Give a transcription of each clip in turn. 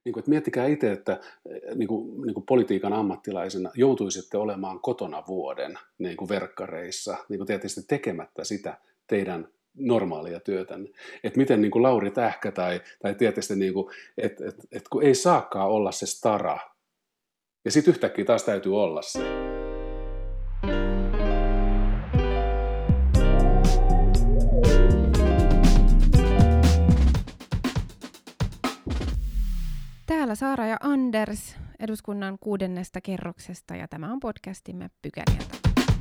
Niin kuin, että miettikää itse, että niin kuin politiikan ammattilaisena joutuisitte olemaan kotona vuoden niin kuin verkkareissa, niin kuin tietysti tekemättä sitä teidän normaalia työtänne. Että miten niin kuin Lauri Tähkä tai tietysti, niin kuin, että kun ei saakaan olla se stara, ja sitten yhtäkkiä taas täytyy olla se. Täällä Saara ja Anders eduskunnan 6. kerroksesta ja tämä on podcastimme Pykäliä.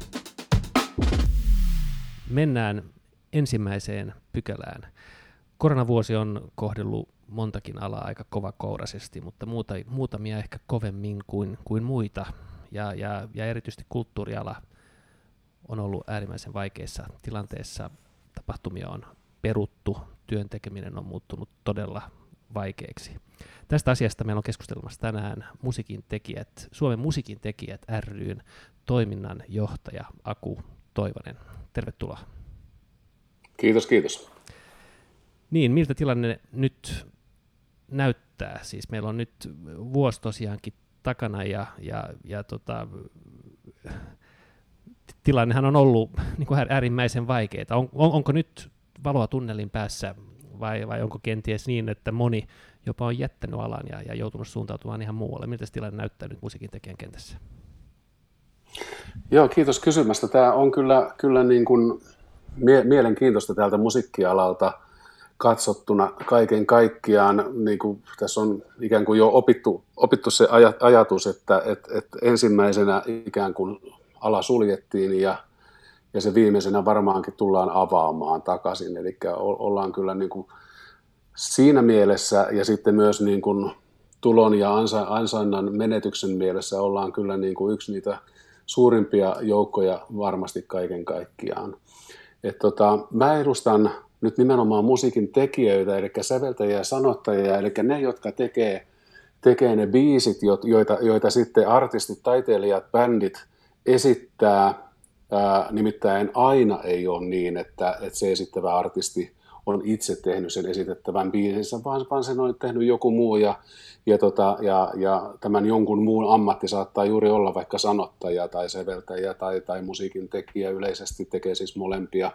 Mennään ensimmäiseen pykälään. Koronavuosi on kohdellut montakin alaa aika kovakouraisesti, mutta muutamia ehkä kovemmin kuin muita. Ja erityisesti kulttuuriala on ollut äärimmäisen vaikeissa tilanteissa. Tapahtumia on peruttu, työn tekeminen on muuttunut todella vaikeaksi. Tästä asiasta meillä on keskustelemassa tänään Suomen musiikin tekijät ry:n toiminnan johtaja Aku Toivonen. Tervetuloa. Kiitos. Niin, miltä tilanne nyt näyttää? Siis meillä on nyt vuosi tosiaankin takana ja tilannehan on ollut niin kuin äärimmäisen vaikeaa. Onko nyt valoa tunnelin päässä vai onko kenties niin, että moni jopa on jättänyt alan ja joutunut suuntautumaan ihan muualle? Miltä se tilanne näyttää nyt musiikin tekijän kentässä? Joo, kiitos kysymästä. Tämä on kyllä niin kuin mielenkiintoista täältä musiikkialalta katsottuna kaiken kaikkiaan. Niin kuin tässä on ikään kuin jo opittu se ajatus, että ensimmäisenä ikään kuin ala suljettiin ja se viimeisenä varmaankin tullaan avaamaan takaisin. Eli ollaan kyllä niin kuin siinä mielessä ja sitten myös niin kuin tulon ja ansainnan menetyksen mielessä ollaan kyllä niin kuin yksi niitä suurimpia joukkoja varmasti kaiken kaikkiaan. Mä edustan nyt nimenomaan musiikin tekijöitä, eli säveltäjiä ja sanottajia, eli ne, jotka tekee ne biisit, joita sitten artistit, taiteilijat, bändit esittää. Nimittäin aina ei ole niin, että se esittävä artisti on itse tehnyt sen esitettävän biisinsä, vaan sen on tehnyt joku muu ja tämän jonkun muun ammatti saattaa juuri olla vaikka sanottaja tai säveltäjä tai musiikin tekijä, yleisesti tekee siis molempia.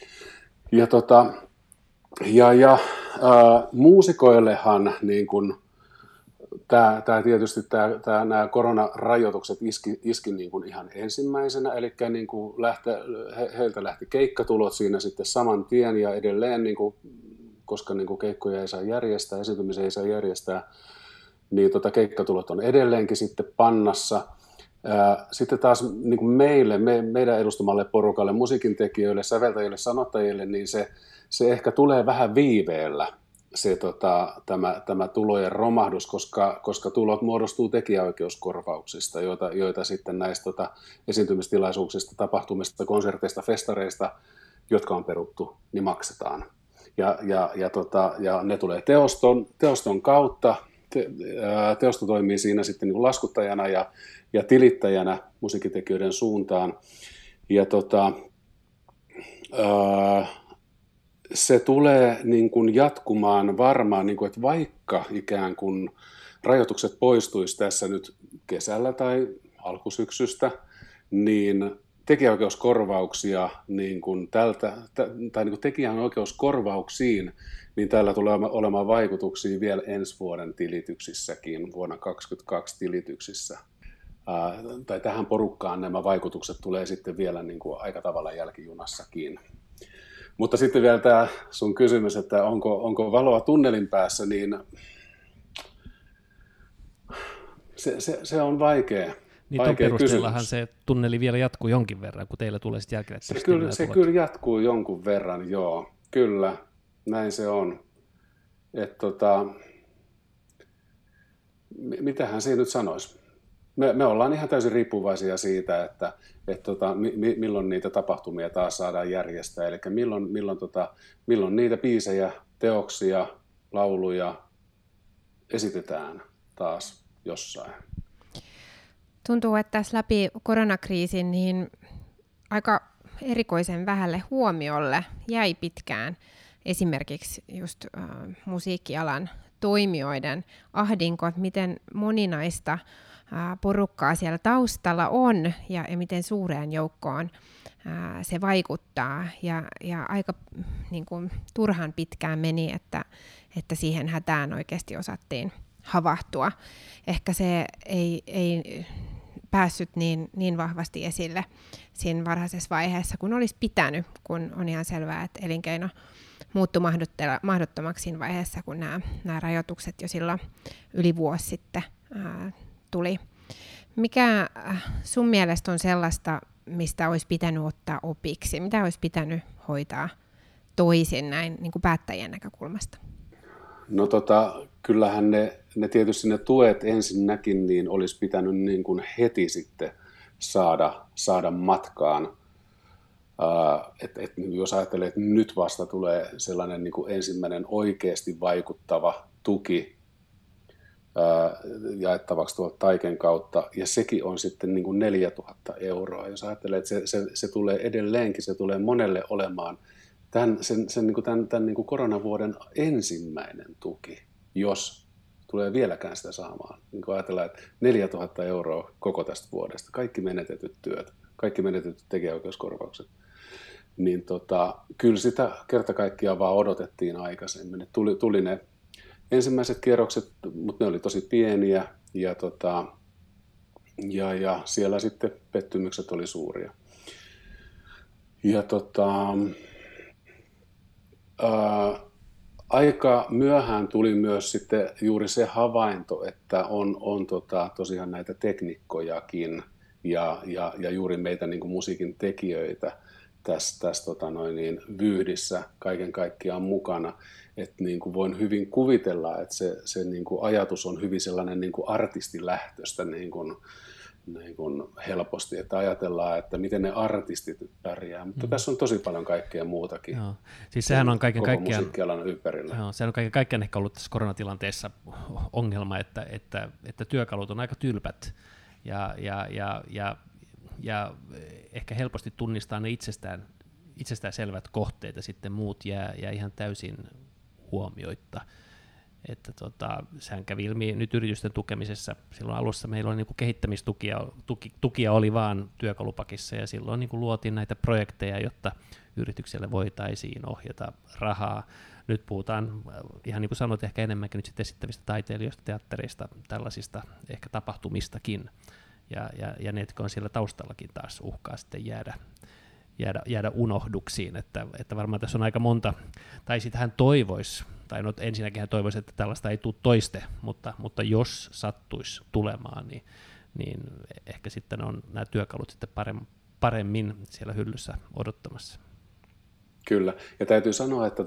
Muusikoillehan niin kuin tietysti nämä koronarajoitukset iski niin kuin ihan ensimmäisenä, eli niin kuin heiltä lähti keikkatulot siinä sitten saman tien ja edelleen, niin kuin, koska niin kuin keikkoja ei saa järjestää, esiintymisiä ei saa järjestää, niin keikkatulot on edelleenkin sitten pannassa. Sitten taas niin kuin meidän edustamalle porukalle, musiikin tekijöille, säveltäjille, sanottajille, niin se ehkä tulee vähän viiveellä. Tämä tulojen romahdus, koska tulot muodostuu tekijäoikeuskorvauksista, joita sitten näistä esiintymistilaisuuksista, tapahtumista, konserteista, festareista, jotka on peruttu, niin maksetaan. Ja ne tulee teoston kautta. Teosto toimii siinä sitten niin kuin laskuttajana ja tilittäjänä musiikintekijöiden suuntaan. Ja se tulee niin kuin jatkumaan varmaan, niin kuin, että vaikka ikään kuin rajoitukset poistuisi tässä nyt kesällä tai alkusyksystä, niin tekijänoikeuskorvauksia niin kuin tai niin kuin tekijänoikeuskorvauksiin, niin täällä tulee olemaan vaikutuksia vielä ensi vuoden tilityksissäkin, vuonna 2022 tilityksissä. Tai tähän porukkaan nämä vaikutukset tulee sitten vielä niin kuin aika tavalla jälkijunassakin. Mutta sitten vielä tämä sun kysymys, että onko valoa tunnelin päässä, niin se on vaikea. Niin tuon perusteellahan se tunneli vielä jatkuu jonkin verran, kun teillä tulee sitten jälkeen. Se kyllä jatkuu jonkun verran, joo. Kyllä, näin se on. Mitähän siinä nyt sanoisi? Me ollaan ihan täysin riippuvaisia siitä, että milloin niitä tapahtumia taas saadaan järjestää. Eli milloin niitä biisejä, teoksia, lauluja esitetään taas jossain. Tuntuu, että tässä läpi koronakriisin niin aika erikoisen vähälle huomiolle jäi pitkään esimerkiksi just musiikkialan toimijoiden ahdinko, että miten moninaista porukkaa siellä taustalla on ja miten suureen joukkoon se vaikuttaa. Ja aika niin kuin, turhan pitkään meni, että siihen hätään oikeasti osattiin havahtua. Ehkä se ei päässyt niin vahvasti esille siinä varhaisessa vaiheessa, kun olisi pitänyt, kun on ihan selvää, että elinkeino muuttui mahdottomaksi siinä vaiheessa, kun nämä rajoitukset jo silloin yli vuosi sitten tuli. Mikä sun mielestä on sellaista, mistä olisi pitänyt ottaa opiksi? Mitä olisi pitänyt hoitaa toisin näin niin kuin päättäjien näkökulmasta? No kyllähän ne tietysti ne tuet ensinnäkin niin olisi pitänyt niin kuin heti sitten saada matkaan. Jos ajattelee, että nyt vasta tulee sellainen niin kuin ensimmäinen oikeasti vaikuttava tuki jaettavaksi tuolta Taiken kautta, ja sekin on sitten niin kuin 4 000 euroa. Jos ajattelee, että se tulee edelleenkin, se tulee monelle olemaan tämän niin kuin koronavuoden ensimmäinen tuki, jos tulee vieläkään sitä saamaan. Niin kuin ajatellaan, että 4 000 euroa koko tästä vuodesta, kaikki menetetyt työt, kaikki menetetyt tekijäoikeuskorvaukset, niin kyllä sitä kerta kaikkiaan vaan odotettiin aikaisemmin. Tuli ne ensimmäiset kierrokset, mutta ne oli tosi pieniä ja siellä sitten pettymykset oli suuria. Ja aika myöhään tuli myös sitten juuri se havainto, että on tosiaan näitä teknikkojakin ja juuri meitä niin kuin musiikin tekijöitä tässä vyyhdissä kaiken kaikkiaan mukana. Että niin kuin voin hyvin kuvitella, että se niin kuin ajatus on hyvin sellainen niin kuin artistilähtöistä niin kuin helposti, että ajatellaan, että miten ne artistit pärjää, mutta tässä on tosi paljon kaikkea muutakin. Joo. Siis sehän on kaiken kaikkiaan musiikkialan ympärillä. Joo, sehän on kaiken kaikkiaan ehkä ollut tässä koronatilanteessa ongelma, että työkalut on aika tylpät ja ehkä helposti tunnistaa ne itsestään selvät kohteet ja sitten muut jää ihan täysin huomioitta. Että sehän kävi ilmi nyt yritysten tukemisessa. Silloin alussa meillä oli niinku kehittämistukia oli vaan työkalupakissa ja silloin niinku luotiin näitä projekteja, jotta yritykselle voitaisiin ohjata rahaa. Nyt puhutaan, ihan niin kuin sanoit, ehkä enemmänkin nyt sitten esittävistä taiteilijoista, teattereista, tällaisista ehkä tapahtumistakin. Ja ne, jotka on siellä taustallakin taas uhkaa sitten jäädä unohduksiin, että varmaan tässä on aika monta, tai sitten hän toivoisi, tai no ensinnäkin hän toivoisi, että tällaista ei tule toiste, mutta jos sattuisi tulemaan, niin ehkä sitten on nämä työkalut sitten paremmin siellä hyllyssä odottamassa. Kyllä, ja täytyy sanoa, että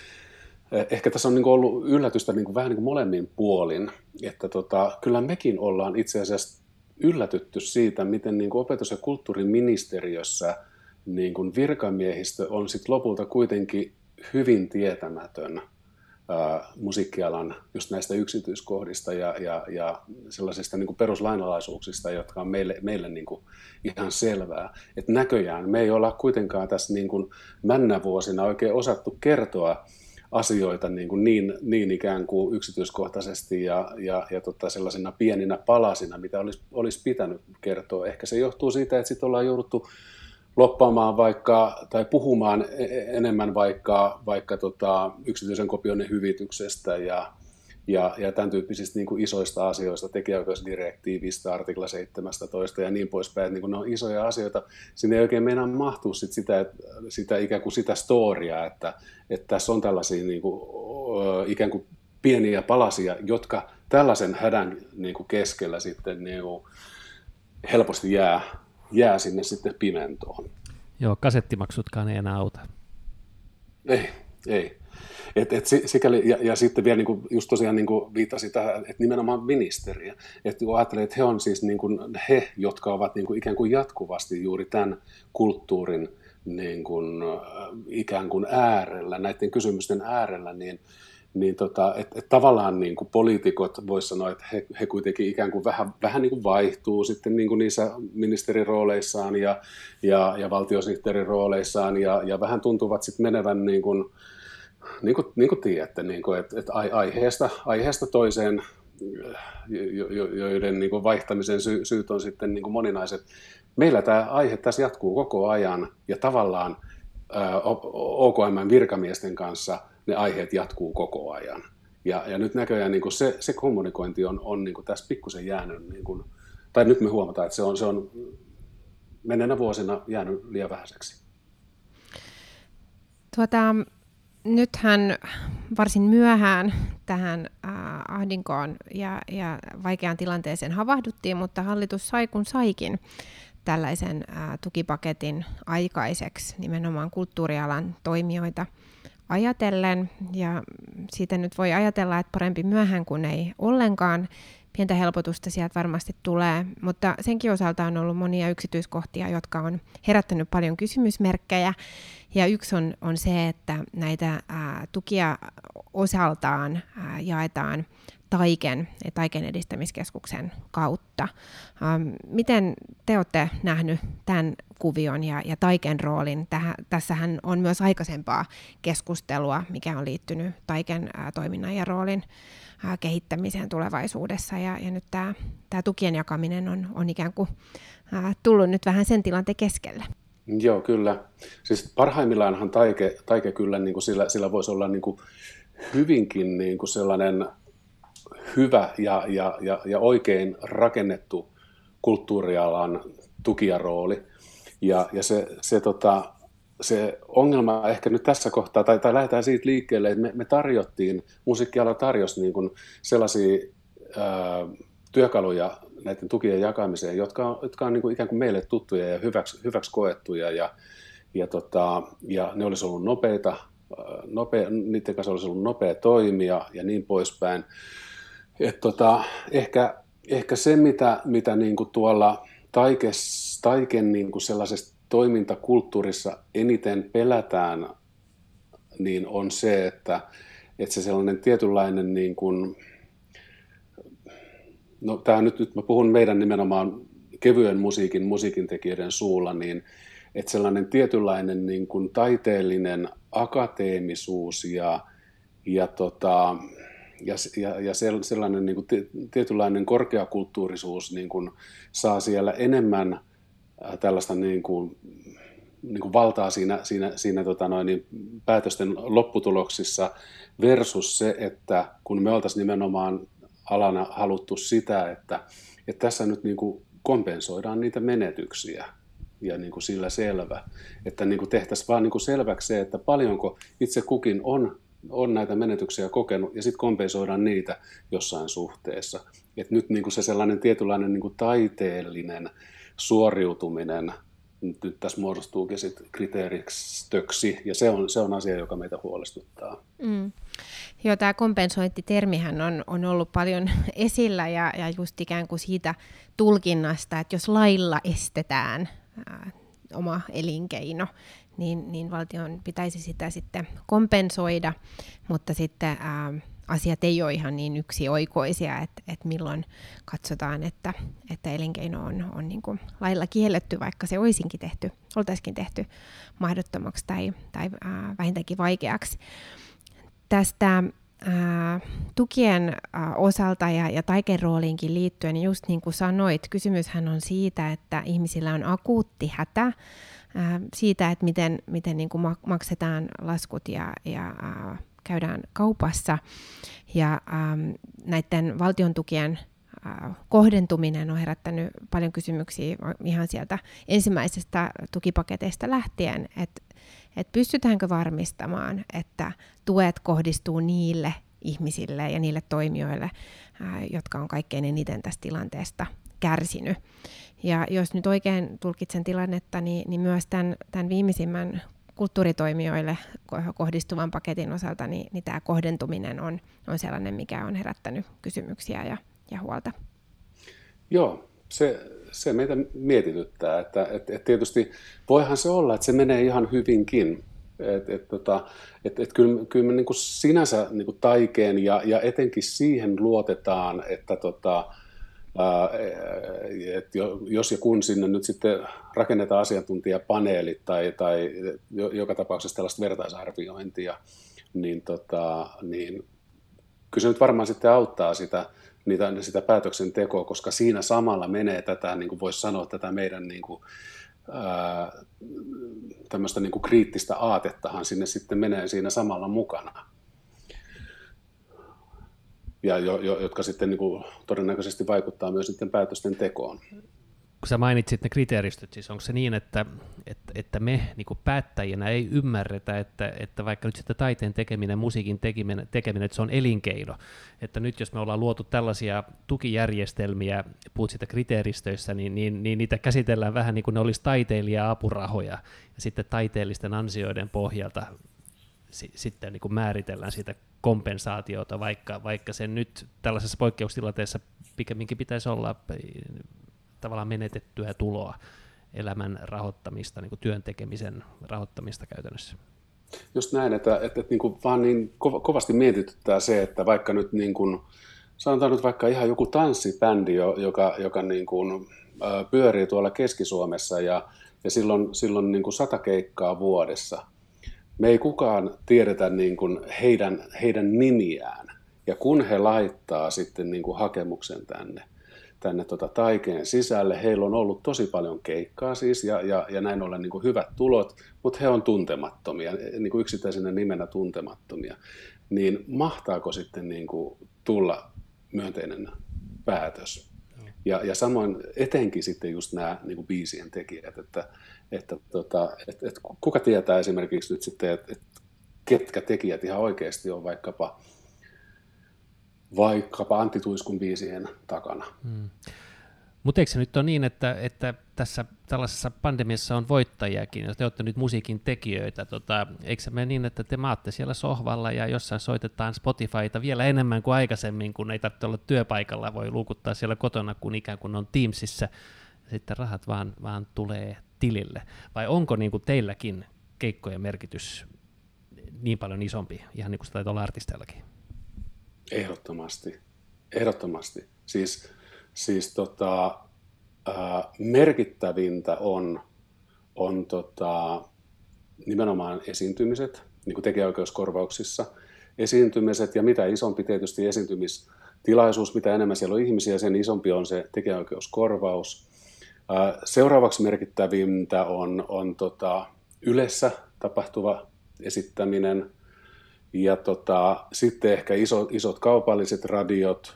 ehkä tässä on niin kuin ollut yllätystä niin kuin vähän niin kuin molemmin puolin, että kyllä mekin ollaan itse asiassa yllätytty siitä, miten niin kuin opetus- ja kulttuuriministeriössä niin kuin virkamiehistö on sit lopulta kuitenkin hyvin tietämätön musiikkialan just näistä yksityiskohdista ja sellaisista niin kuin peruslainalaisuuksista, jotka on meille niin kuin ihan selvää. Että näköjään me ei olla kuitenkaan tässä niin kuin männävuosina oikein osattu kertoa asioita niin ikään kuin yksityiskohtaisesti ja sellaisina pieninä palasina, mitä olisi pitänyt kertoa. Ehkä se johtuu siitä, että sitten ollaan jouduttu loppaamaan tai puhumaan enemmän vaikka yksityisen kopioinnin hyvityksestä ja tämän tyyppisistä niin kuin isoista asioista, tekijäoikeusdirektiivistä, artikla 17 ja niin poispäin. Että niin kuin ne on isoja asioita. Sinne ei oikein meinaa mahtua sitä ikään kuin sitä storya, että tässä on tällaisia niin kuin, ikään kuin pieniä palasia, jotka tällaisen hädän niin kuin keskellä sitten niin kuin helposti jää sinne sitten pimentoon. Joo, kasettimaksutkaan ei enää auta. Ei. Sikäli, ja sitten vielä niin kuin, just tosiaan niin kuin viittasi tähän, että nimenomaan ministeriä. Että kun ajattelee, että he on siis niin kuin he, jotka ovat niin kuin ikään kuin jatkuvasti juuri tämän kulttuurin niin kuin, ikään kuin äärellä, näiden kysymysten äärellä, että tavallaan niin kuin poliitikot voisi sanoa, että he kuitenkin ikään kuin vähän niin kuin vaihtuu sitten niin kuin niissä ministerirooleissaan ja valtiosihteerin rooleissaan ja vähän tuntuvat sitten menevän niin kuin niin kuin tiedätte, niin kuin, että aiheesta toiseen, joiden niin kuin vaihtamisen syyt on sitten niin kuin moninaiset. Meillä tämä aihe tässä jatkuu koko ajan ja tavallaan OKM:n virkamiesten kanssa ne aiheet jatkuu koko ajan. Ja nyt näköjään niin kuin se kommunikointi on niin kuin tässä pikkusen jäänyt, niin kuin, tai nyt me huomataan, että se on menneenä vuosina jäänyt liian vähäiseksi. Nythän varsin myöhään tähän ahdinkoon ja vaikeaan tilanteeseen havahduttiin, mutta hallitus sai kun saikin tällaisen tukipaketin aikaiseksi nimenomaan kulttuurialan toimijoita ajatellen. Ja siitä nyt voi ajatella, että parempi myöhään kuin ei ollenkaan. Pientä helpotusta sieltä varmasti tulee, mutta senkin osalta on ollut monia yksityiskohtia, jotka on herättänyt paljon kysymysmerkkejä. Ja yksi on se, että näitä tukia osaltaan jaetaan Taiken edistämiskeskuksen kautta. Miten te olette nähnyt tämän kuvion ja Taiken roolin? Tässähän on myös aikaisempaa keskustelua, mikä on liittynyt Taiken toiminnan ja roolin kehittämiseen tulevaisuudessa. Ja nyt tämä tukien jakaminen on ikään kuin tullut nyt vähän sen tilanteen keskelle. Joo, kyllä. Siis parhaimmillaanhan taike kyllä niin kuin sillä voisi olla niin kuin hyvinkin niin kuin sellainen hyvä ja oikein rakennettu kulttuurialan tukijarooli. Ja se ongelma ehkä nyt tässä kohtaa, tai lähdetään siitä liikkeelle, että me tarjottiin, musiikkiala tarjosi niin kuin sellaisia työkaluja näiden tukien jakamiseen, jotka on niin kuin ikään kuin meille tuttuja ja hyväksi koettuja, ja ne olisi ollut nopeita, niiden kanssa olisi ollut nopea toimia ja niin poispäin. Ehkä se, mitä niin kuin tuolla Taiken niin kuin sellaisessa toimintakulttuurissa eniten pelätään, niin on se, että se sellainen tietynlainen, niin kuin, no tämä nyt mä puhun meidän nimenomaan kevyen musiikintekijöiden suulla, niin että sellainen tietynlainen niin kuin taiteellinen akateemisuus ja sellainen niin kuin tietynlainen korkeakulttuurisuus niin kuin saa siellä enemmän tällaista niin kuin valtaa siinä päätösten lopputuloksissa versus se, että kun me oltaisiin nimenomaan alana haluttu sitä, että tässä nyt niin kuin kompensoidaan niitä menetyksiä ja niin kuin sillä selvä, että niin kuin tehtäisiin vaan niin kuin selväksi se, että paljonko itse kukin on näitä menetyksiä kokenut ja sitten kompensoidaan niitä jossain suhteessa. Et nyt niin kuin se sellainen tietynlainen niin kuin taiteellinen suoriutuminen nyt tässä muodostuukin sit kriteerikstöksi, ja se on asia, joka meitä huolestuttaa. Joo, tämä kompensointitermihän on ollut paljon esillä, ja just ikään kuin siitä tulkinnasta, että jos lailla estetään oma elinkeino, niin valtion pitäisi sitä sitten kompensoida, mutta sitten asiat ei ole ihan niin yksioikoisia, että milloin katsotaan, että elinkeino on niin kuin lailla kielletty, vaikka se oltaisikin tehty mahdottomaksi tai vähintäänkin vaikeaksi. Tästä tukien osalta ja Taiken rooliinkin liittyen, niin just niin kuin sanoit, kysymyshän on siitä, että ihmisillä on akuutti hätä siitä, että miten niin kuin maksetaan laskut ja käydään kaupassa, ja näiden valtion tukien kohdentuminen on herättänyt paljon kysymyksiä ihan sieltä ensimmäisestä tukipaketeista lähtien, että pystytäänkö varmistamaan, että tuet kohdistuu niille ihmisille ja niille toimijoille, jotka on kaikkein eniten tästä tilanteesta kärsinyt. Ja jos nyt oikein tulkitsen tilannetta, niin myös tämän viimeisimmän kulttuuritoimijoille kohdistuvan paketin osalta, niin tämä kohdentuminen on sellainen, mikä on herättänyt kysymyksiä ja huolta. Joo, se meitä mietityttää, että tietysti voihan se olla, että se menee ihan hyvinkin. Kyllä me niin kuin sinänsä niin kuin Taikeen ja etenkin siihen luotetaan, että jos ja kun sinne nyt sitten rakennetaan asiantuntijapaneelit tai joka tapauksessa tällaista vertaisarviointia niin kyllä se nyt varmaan sitten auttaa sitä päätöksentekoa, koska siinä samalla menee tätä, niin kuin voisi sanoa, tätä meidän niin kuin, tämmöistä niin kuin kriittistä aatettahan sinne sitten menee siinä samalla mukana. Ja jotka sitten niin kuin todennäköisesti vaikuttaa myös sitten päätösten tekoon. Kun sä mainitsit ne kriteeristöt, siis onko se niin, että me niin kuin päättäjinä ei ymmärretä, että vaikka nyt sitten taiteen tekeminen, musiikin tekeminen, että se on elinkeino, että nyt jos me ollaan luotu tällaisia tukijärjestelmiä, puhut siitä kriteeristöissä, niin niitä käsitellään vähän niin kuin ne olisi taiteilija-apurahoja, ja sitten taiteellisten ansioiden pohjalta sitten niin kuin määritellään siitä kompensaatiota, vaikka sen nyt tällaisessa poikkeustilanteessa pikemminkin pitäisi olla tavallaan menetettyä tuloa, elämän rahoittamista, niin kuin työn tekemisen rahoittamista käytännössä. Just näin, että niin kuin vaan niin kovasti mietityttää se, että vaikka nyt niin kuin, sanotaan nyt vaikka ihan joku tanssibändi, joka niin kuin, pyörii tuolla Keski-Suomessa ja silloin niin kuin 100 keikkaa vuodessa. Me ei kukaan tiedetä niin kuin heidän nimiään, ja kun he laittaa sitten niin kuin hakemuksen tänne Taikeen sisälle, heillä on ollut tosi paljon keikkaa siis, ja näin ollen niin kuin hyvät tulot, mutta he on tuntemattomia, niin kuin yksittäisenä nimenä tuntemattomia, niin mahtaako sitten niin kuin tulla myönteinen päätös? Ja samoin etenkin sitten just nämä niin kuin biisien tekijät, että kuka tietää esimerkiksi nyt sitten, että ketkä tekijät ihan oikeasti on vaikkapa Antti Tuiskun biisien takana. Mutta eikö se nyt ole niin, että tässä tällaisessa pandemiassa on voittajiakin, jos te olette nyt musiikin tekijöitä, eikö se mene niin, että te maatte siellä sohvalla ja jossain soitetaan Spotifyta vielä enemmän kuin aikaisemmin, kun ei tarvitse olla työpaikalla, voi luukuttaa siellä kotona, kun ikään kuin on Teamsissa, sitten rahat vaan tulee tilille. Vai onko niin kuin teilläkin keikkojen merkitys niin paljon isompi, ihan niin kuin se taitaa olla artisteillakin? Ehdottomasti. Siis merkittävintä on nimenomaan esiintymiset, niin kuin tekijäoikeuskorvauksissa. Esiintymiset, ja mitä isompi tietysti esiintymistilaisuus, mitä enemmän siellä on ihmisiä, sen isompi on se tekijäoikeuskorvaus. Seuraavaksi merkittävintä on Ylessä tapahtuva esittäminen, ja sitten ehkä isot kaupalliset radiot,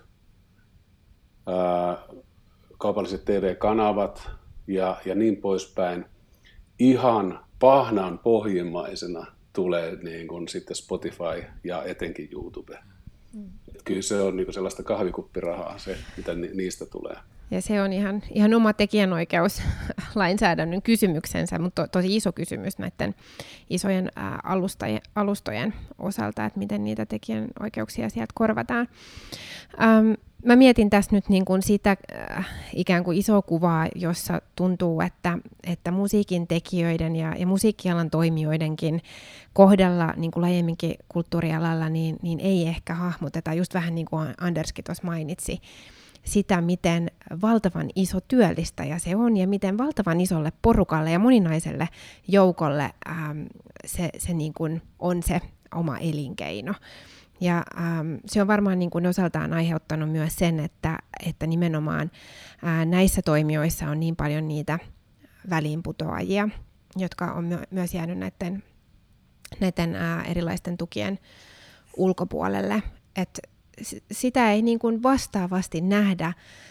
kaupalliset TV-kanavat ja niin poispäin. Ihan pahnan pohjimmaisena tulee niin kuin sitten Spotify ja etenkin YouTube. Kyllä se on niin kuin sellaista kahvikuppirahaa se, mitä niistä tulee. Ja se on ihan oma tekijänoikeuslainsäädännön kysymyksensä, mutta tosi iso kysymys näiden isojen alustojen osalta, että miten niitä tekijänoikeuksia sieltä korvataan. Mä mietin tässä nyt niin kuin sitä ikään kuin isoa kuvaa, jossa tuntuu, että musiikin tekijöiden ja musiikkialan toimijoidenkin kohdalla, niin kuin laajemminkin kulttuurialalla, niin ei ehkä hahmoteta, just vähän niin kuin Anderskin tuossa mainitsi, sitä, miten valtavan iso työllistäjä se on ja miten valtavan isolle porukalle ja moninaiselle joukolle se niin kuin on se oma elinkeino. Ja se on varmaan niin kuin osaltaan aiheuttanut myös sen, että nimenomaan näissä toimijoissa on niin paljon niitä väliinputoajia, jotka on myös jäänyt näiden erilaisten tukien ulkopuolelle. Et sitä ei niin kuin vastaavasti nähdä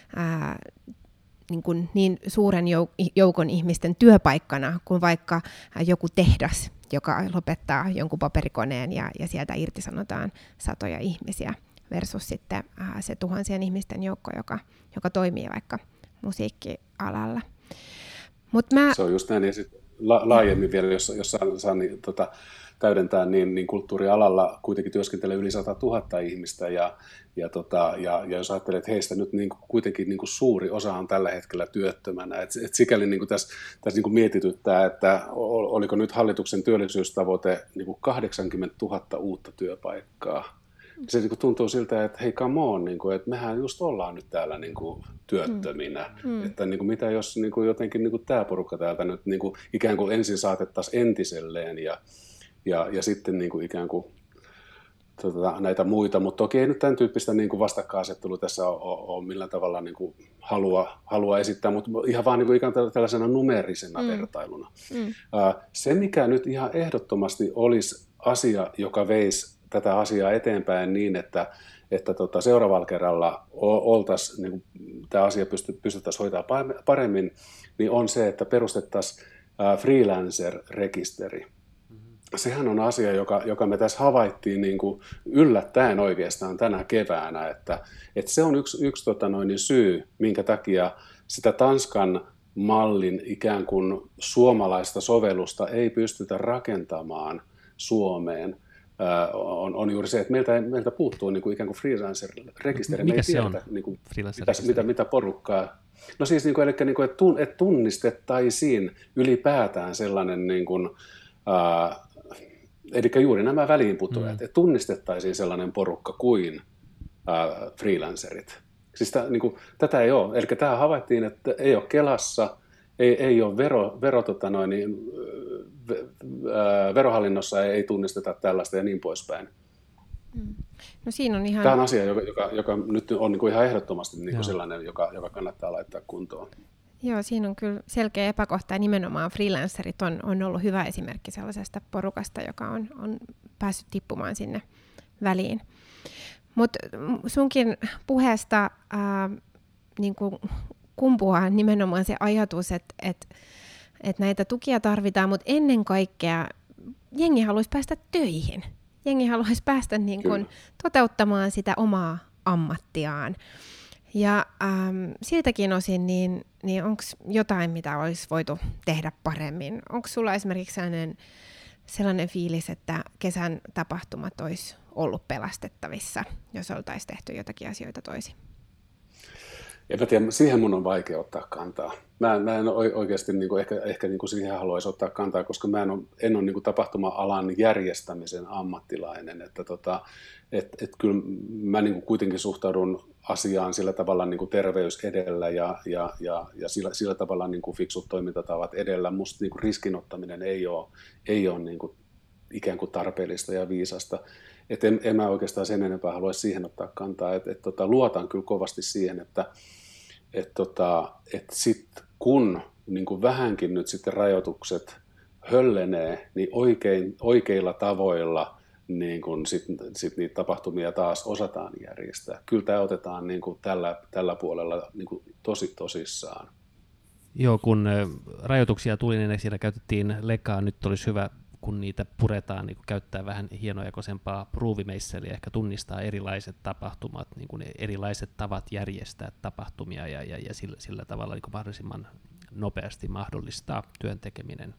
niin suuren joukon ihmisten työpaikkana kuin vaikka joku tehdas, joka lopettaa jonkun paperikoneen ja sieltä irtisanotaan satoja ihmisiä versus sitten se tuhansien ihmisten joukko, joka toimii vaikka musiikkialalla. Se on just näin, ja sitten laajemmin vielä, jos saan niin, täydentää, niin kulttuurialalla kuitenkin työskentelee yli 100 000 ihmistä, ja jos ajattelee, että heistä nyt niin kuitenkin niin suuri osa on tällä hetkellä työttömänä, että sikäli niin tässä niin mietityttää, että oliko nyt hallituksen työllisyystavoite niin 80 000 uutta työpaikkaa. Se niin tuntuu siltä, että hei come on, niin kuin, että mehän just ollaan nyt täällä niin työttöminä, että niin mitä jos niin jotenkin niin tämä porukka täältä nyt niin ikään kuin ensin saatettaisiin entiselleen, ja sitten niin kuin ikään kuin näitä muita, mutta toki ei nyt tämän tyyppistä niin kuin vastakkainasettelua tässä ole millään tavalla niin kuin halua esittää, mutta ihan vaan niin kuin ikään tällaisena numeerisena vertailuna. Se, mikä nyt ihan ehdottomasti olisi asia, joka veisi tätä asiaa eteenpäin niin, että seuraavalla kerralla niin kuin tämä asia pystyttäisiin hoitamaan paremmin, niin on se, että perustettaisiin freelancer-rekisteri. Sehän on asia, joka me tässä havaittiin niin kuin yllättäen oikeastaan tänä keväänä, että se on yksi syy, minkä takia sitä Tanskan mallin ikään kuin suomalaista sovellusta ei pystytä rakentamaan Suomeen. On juuri se, että meiltä puuttuu niin kuin ikään kuin freelancer-rekisteri. Mikä se on? Niin kuin, mitä porukkaa. No siis, niin kuin, eli niin kuin, että tunnistettaisiin ylipäätään sellainen niin kuin, eli juuri nämä väliinputoajat, että tunnistettaisiin sellainen porukka kuin freelancerit. Siis niin kuin, tätä ei ole. Eli tämä havaittiin, että ei ole Kelassa, ei ole verohallinnossa ei tunnisteta tällaista ja niin poispäin. No siinä on ihan... Tämä on asia, joka nyt on niin kuin ihan ehdottomasti niin kuin sellainen, joka kannattaa laittaa kuntoon. Joo, siinä on kyllä selkeä epäkohta ja nimenomaan freelancerit on ollut hyvä esimerkki sellaisesta porukasta, joka on päässyt tippumaan sinne väliin. Mutta sunkin puheesta niin kuin kumpuaa nimenomaan se ajatus, että näitä tukia tarvitaan, mutta ennen kaikkea jengi haluaisi päästä töihin. Jengi haluaisi päästä niin kuin toteuttamaan sitä omaa ammattiaan. Ja siltäkin osin, niin onko jotain, mitä olisi voitu tehdä paremmin? Onko sulla esimerkiksi sellainen fiilis, että kesän tapahtumat olisi ollut pelastettavissa, jos oltaisiin tehty jotakin asioita toisin? En mä tiedä, siihen mun on vaikea ottaa kantaa. Mä en oikeasti niin kuin, ehkä niin kuin siihen haluaisi ottaa kantaa, koska mä en ole niin kuin tapahtuma-alan järjestämisen ammattilainen. Että kyllä mä niin kuin kuitenkin suhtaudun asiaan sillä tavalla niin kuin terveys edellä ja sillä tavalla niin kuin fiksut toimintatavat edellä. Musta niin kuin riskinottaminen ei ole niin kuin ikään kuin tarpeellista ja viisasta. Et en mä oikeastaan sen enempää haluaisi siihen ottaa kantaa. Luotan kyllä kovasti siihen, että sit kun niin kuin vähänkin nyt sitten rajoitukset höllenee, niin oikeilla tavoilla niin kuin sit niitä tapahtumia taas osataan järjestää. Kyllä tämä otetaan niin kuin tällä puolella niin kuin tosi tosissaan. Joo, kun rajoituksia tuli, niin siellä käytettiin lekaa. Nyt olisi hyvä, kun niitä puretaan, niin käyttää vähän hienojakoisempaa pruuvimeisseliä, ehkä tunnistaa erilaiset tapahtumat, niin kuin erilaiset tavat järjestää tapahtumia ja sillä tavalla niin kuin mahdollisimman nopeasti mahdollistaa työn tekeminen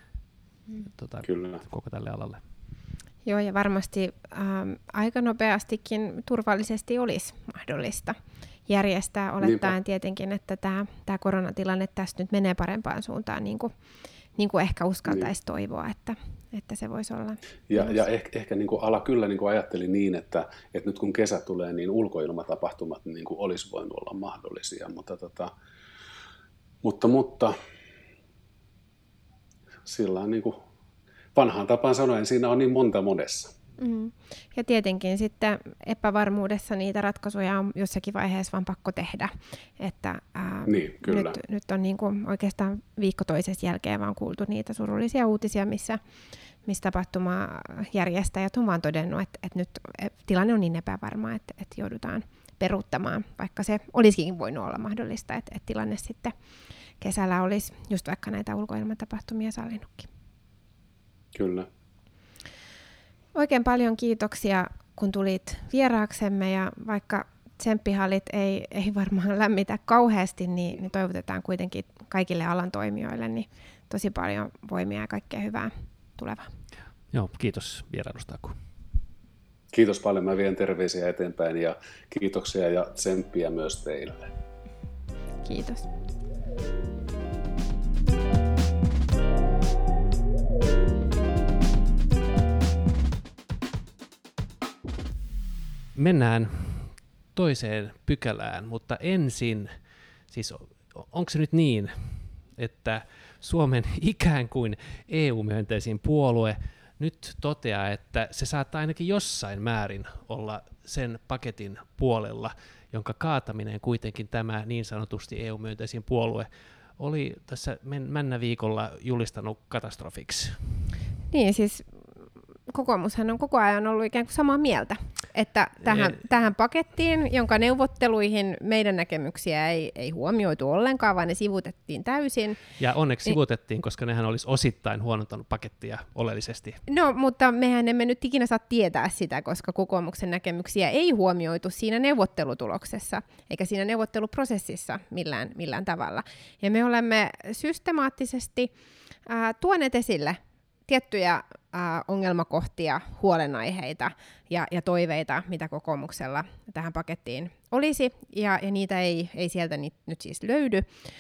koko tälle alalle. Joo, ja varmasti aika nopeastikin turvallisesti olisi mahdollista järjestää, olettaen tietenkin, että tämä koronatilanne tästä nyt menee parempaan suuntaan, niin kuin ehkä uskaltaisi toivoa, että se voisi olla. Ja ehkä niin kuin ala kyllä niin kuin ajatteli niin, että nyt kun kesä tulee, niin ulkoilmatapahtumat niin kuin olisi voinut olla mahdollisia, mutta sillä on niin kuin vanhaan tapaan sanoen, siinä on niin monta monessa. Ja tietenkin sitten epävarmuudessa niitä ratkaisuja on jossakin vaiheessa vaan pakko tehdä. Että, nyt on niin kuin oikeastaan viikko toisessa jälkeen vaan kuultu niitä surullisia uutisia, missä tapahtumajärjestäjät on vaan todennut, että nyt tilanne on niin epävarma, että joudutaan peruuttamaan, vaikka se olisikin voinut olla mahdollista, että tilanne sitten kesällä olisi just vaikka näitä ulkoilmatapahtumia sallinutkin. Kyllä. Oikein paljon kiitoksia, kun tulit vieraaksemme, ja vaikka tsemppihallit ei varmaan lämmitä kauheasti, niin toivotetaan kuitenkin kaikille alan toimijoille niin tosi paljon voimia ja kaikkea hyvää tulevaa. Joo, kiitos vierailusta, Aku. Kiitos paljon, mä vien terveisiä eteenpäin ja kiitoksia ja tsemppiä myös teille. Kiitos. Mennään toiseen pykälään, mutta ensin, siis onko se nyt niin, että Suomen ikään kuin EU-myönteisin puolue nyt toteaa, että se saattaa ainakin jossain määrin olla sen paketin puolella, jonka kaataminen kuitenkin tämä niin sanotusti EU-myönteisin puolue oli tässä männä viikolla julistanut katastrofiksi. Niin, siis kokoomushan on koko ajan ollut ikään kuin samaa mieltä, että tähän pakettiin, jonka neuvotteluihin meidän näkemyksiä ei huomioitu ollenkaan, vaan ne sivuutettiin täysin. Ja onneksi sivuutettiin, koska nehän olisi osittain huonontanut pakettia oleellisesti. No, mutta mehän emme nyt ikinä saa tietää sitä, koska kokoomuksen näkemyksiä ei huomioitu siinä neuvottelutuloksessa, eikä siinä neuvotteluprosessissa millään tavalla. Ja me olemme systemaattisesti tuoneet esille tiettyjä ongelmakohtia, huolenaiheita ja toiveita, mitä kokoomuksella tähän pakettiin olisi, ja niitä ei sieltä nyt siis löydy,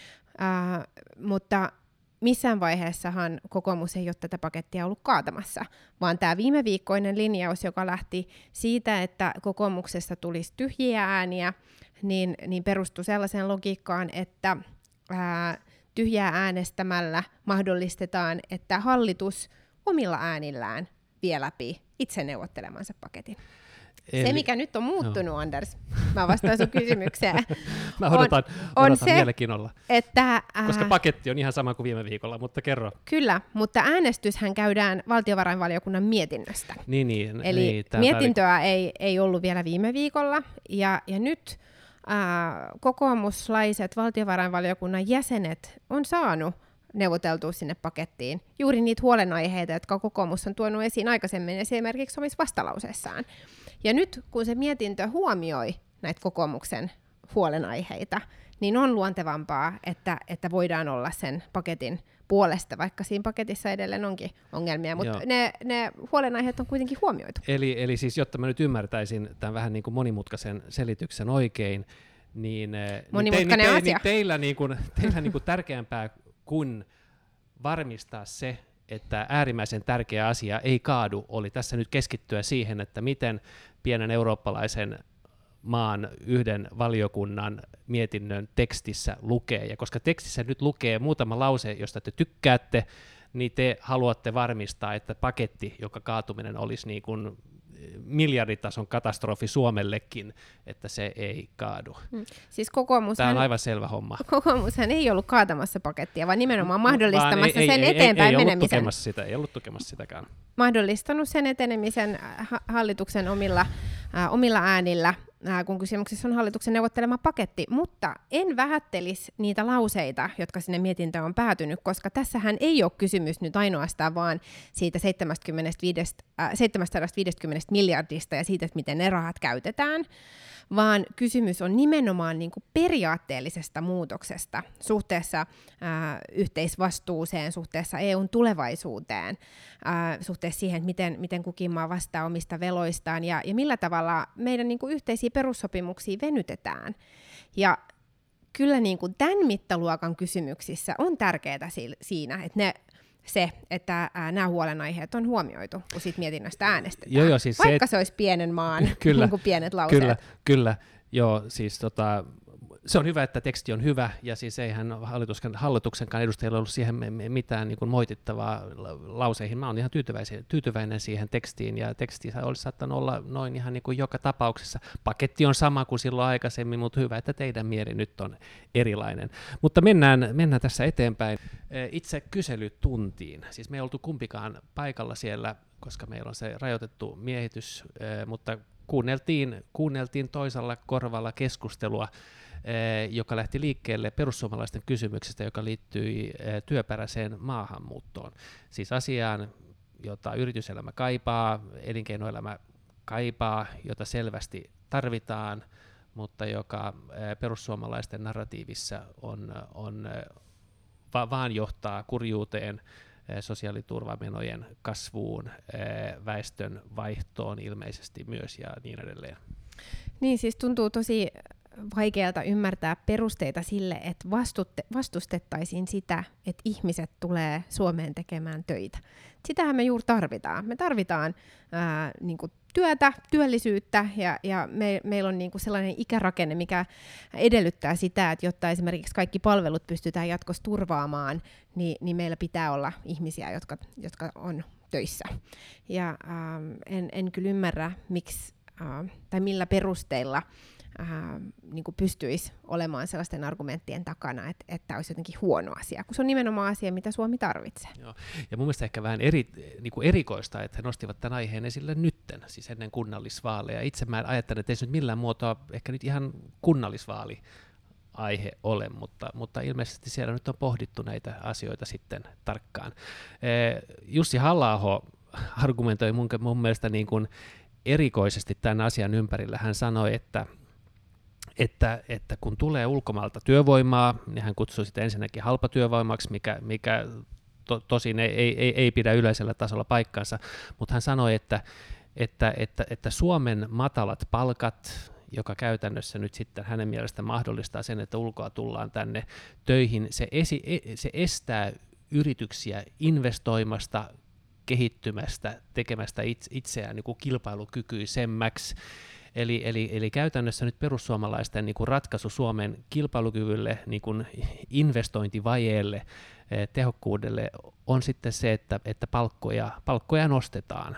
mutta missään vaiheessahan kokoomus ei ole tätä pakettia ollut kaatamassa, vaan tämä viime viikkoinen linjaus, joka lähti siitä, että kokoomuksesta tulisi tyhjiä ääniä, niin perustui sellaiseen logiikkaan, että tyhjää äänestämällä mahdollistetaan, että hallitus omilla äänillään vie läpi itse neuvottelemansa paketin. Se, mikä nyt on muuttunut, Anders, mä vastaan sun kysymykseen, mä odotan se, mielenkiinnolla, että, koska paketti on ihan sama kuin viime viikolla, mutta kerro. Kyllä, mutta äänestyshän käydään valtiovarainvaliokunnan mietinnöstä. Eli mietintöä ei ollut vielä viime viikolla, ja nyt kokoomuslaiset valtiovarainvaliokunnan jäsenet on saanut neuvoteltua sinne pakettiin juuri niitä huolenaiheita, jotka kokoomus on tuonut esiin aikaisemmin esimerkiksi omissa vastalauseessaan. Ja nyt kun se mietintö huomioi näitä kokoomuksen huolenaiheita, niin on luontevampaa, että voidaan olla sen paketin puolesta, vaikka siinä paketissa edelleen onkin ongelmia, mutta ne huolenaiheet on kuitenkin huomioitu. Eli siis, jotta mä nyt ymmärtäisin tämän vähän niin kuin monimutkaisen selityksen oikein, niin teillä tärkeämpää kuin varmistaa se, että äärimmäisen tärkeä asia ei kaadu, oli tässä nyt keskittyä siihen, että miten pienen eurooppalaisen maan yhden valiokunnan mietinnön tekstissä lukee. Ja koska tekstissä nyt lukee muutama lause, josta te tykkäätte, niin te haluatte varmistaa, että paketti, joka kaatuminen olisi niin kuin miljarditason katastrofi Suomellekin, että se ei kaadu. Siis tämä on aivan selvä homma. Kokoomushan ei ollut kaatamassa pakettia, vaan nimenomaan mahdollistamassa sen eteenpäin menemisen. Ei ollut tukemassa sitäkään. Mahdollistanut sen etenemisen hallituksen omilla äänillä, kun kysymyksessä on hallituksen neuvottelema paketti, mutta en vähättelisi niitä lauseita, jotka sinne mietintöön on päätynyt, koska tässähän ei ole kysymys nyt ainoastaan vaan siitä 750 miljardista ja siitä, että miten ne rahat käytetään, vaan kysymys on nimenomaan niin kuin periaatteellisesta muutoksesta suhteessa yhteisvastuuseen, suhteessa EUn tulevaisuuteen, suhteessa siihen, että miten kukin maa vastaa omista veloistaan ja millä tavalla meidän niin kuin yhteisiä perussopimuksia venytetään. Ja kyllä niin kuin tämän mittaluokan kysymyksissä on tärkeää siinä, että nämä huolenaiheet on huomioitu, kun siitä mietinnöstä äänestetään. Siis vaikka se olisi pienen maan niin kuin pienet lauseet. Kyllä. Joo, siis se on hyvä, että teksti on hyvä, ja siis eihän hallituksenkaan edustajilla ollut siihen mitään niin kuin moitittavaa lauseihin. Mä oon ihan tyytyväinen siihen tekstiin, ja teksti olisi saattanut olla noin ihan niin kuin joka tapauksessa. Paketti on sama kuin silloin aikaisemmin, mutta hyvä, että teidän mieli nyt on erilainen. Mutta mennään tässä eteenpäin itse kyselytuntiin. Siis me ei oltu kumpikaan paikalla siellä, koska meillä on se rajoitettu miehitys, mutta kuunneltiin toisella korvalla keskustelua, joka lähti liikkeelle perussuomalaisten kysymyksestä, joka liittyi työperäiseen maahanmuuttoon. Siis asiaan, jota yrityselämä kaipaa, elinkeinoelämä kaipaa, jota selvästi tarvitaan, mutta joka perussuomalaisten narratiivissa vaan johtaa kurjuuteen, sosiaaliturvamenojen kasvuun, väestön vaihtoon ilmeisesti myös ja niin edelleen. Niin, siis tuntuu tosi vaikealta ymmärtää perusteita sille, että vastustettaisiin sitä, että ihmiset tulee Suomeen tekemään töitä. Sitähän me juuri tarvitaan. Me tarvitaan niin kuin työtä, työllisyyttä ja meillä on niin kuin sellainen ikärakenne, mikä edellyttää sitä, että jotta esimerkiksi kaikki palvelut pystytään jatkossa turvaamaan, niin meillä pitää olla ihmisiä, jotka on töissä. Ja en kyllä ymmärrä, miksi tai millä perusteilla niin kuin pystyisi olemaan sellaisten argumenttien takana, että olisi jotenkin huono asia, kun se on nimenomaan asia, mitä Suomi tarvitsee. Joo. Ja mun mielestä ehkä vähän niin kuin erikoista, että he nostivat tämän aiheen esille nytten, siis ennen kunnallisvaaleja. Itse mä ajattelen, että ei se nyt millään muotoa ehkä nyt ihan kunnallisvaali aihe ole, mutta ilmeisesti siellä nyt on pohdittu näitä asioita sitten tarkkaan. Jussi Halla-aho argumentoi mun mielestä niin kuin erikoisesti tämän asian ympärillä. Hän sanoi, että kun tulee ulkomailta työvoimaa, niin hän kutsui sitä ensinnäkin halpatyövoimaksi, mikä tosin ei pidä yleisellä tasolla paikkansa, mutta hän sanoi, että Suomen matalat palkat, joka käytännössä nyt sitten hänen mielestä mahdollistaa sen, että ulkoa tullaan tänne töihin, se estää yrityksiä investoimasta, kehittymästä, tekemästä itseään niin kuin kilpailukykyisemmäksi. Eli käytännössä nyt perussuomalaisten niin kuin ratkaisu Suomen kilpailukyvylle, niin kuin investointivajeelle, tehokkuudelle on sitten se, että palkkoja nostetaan.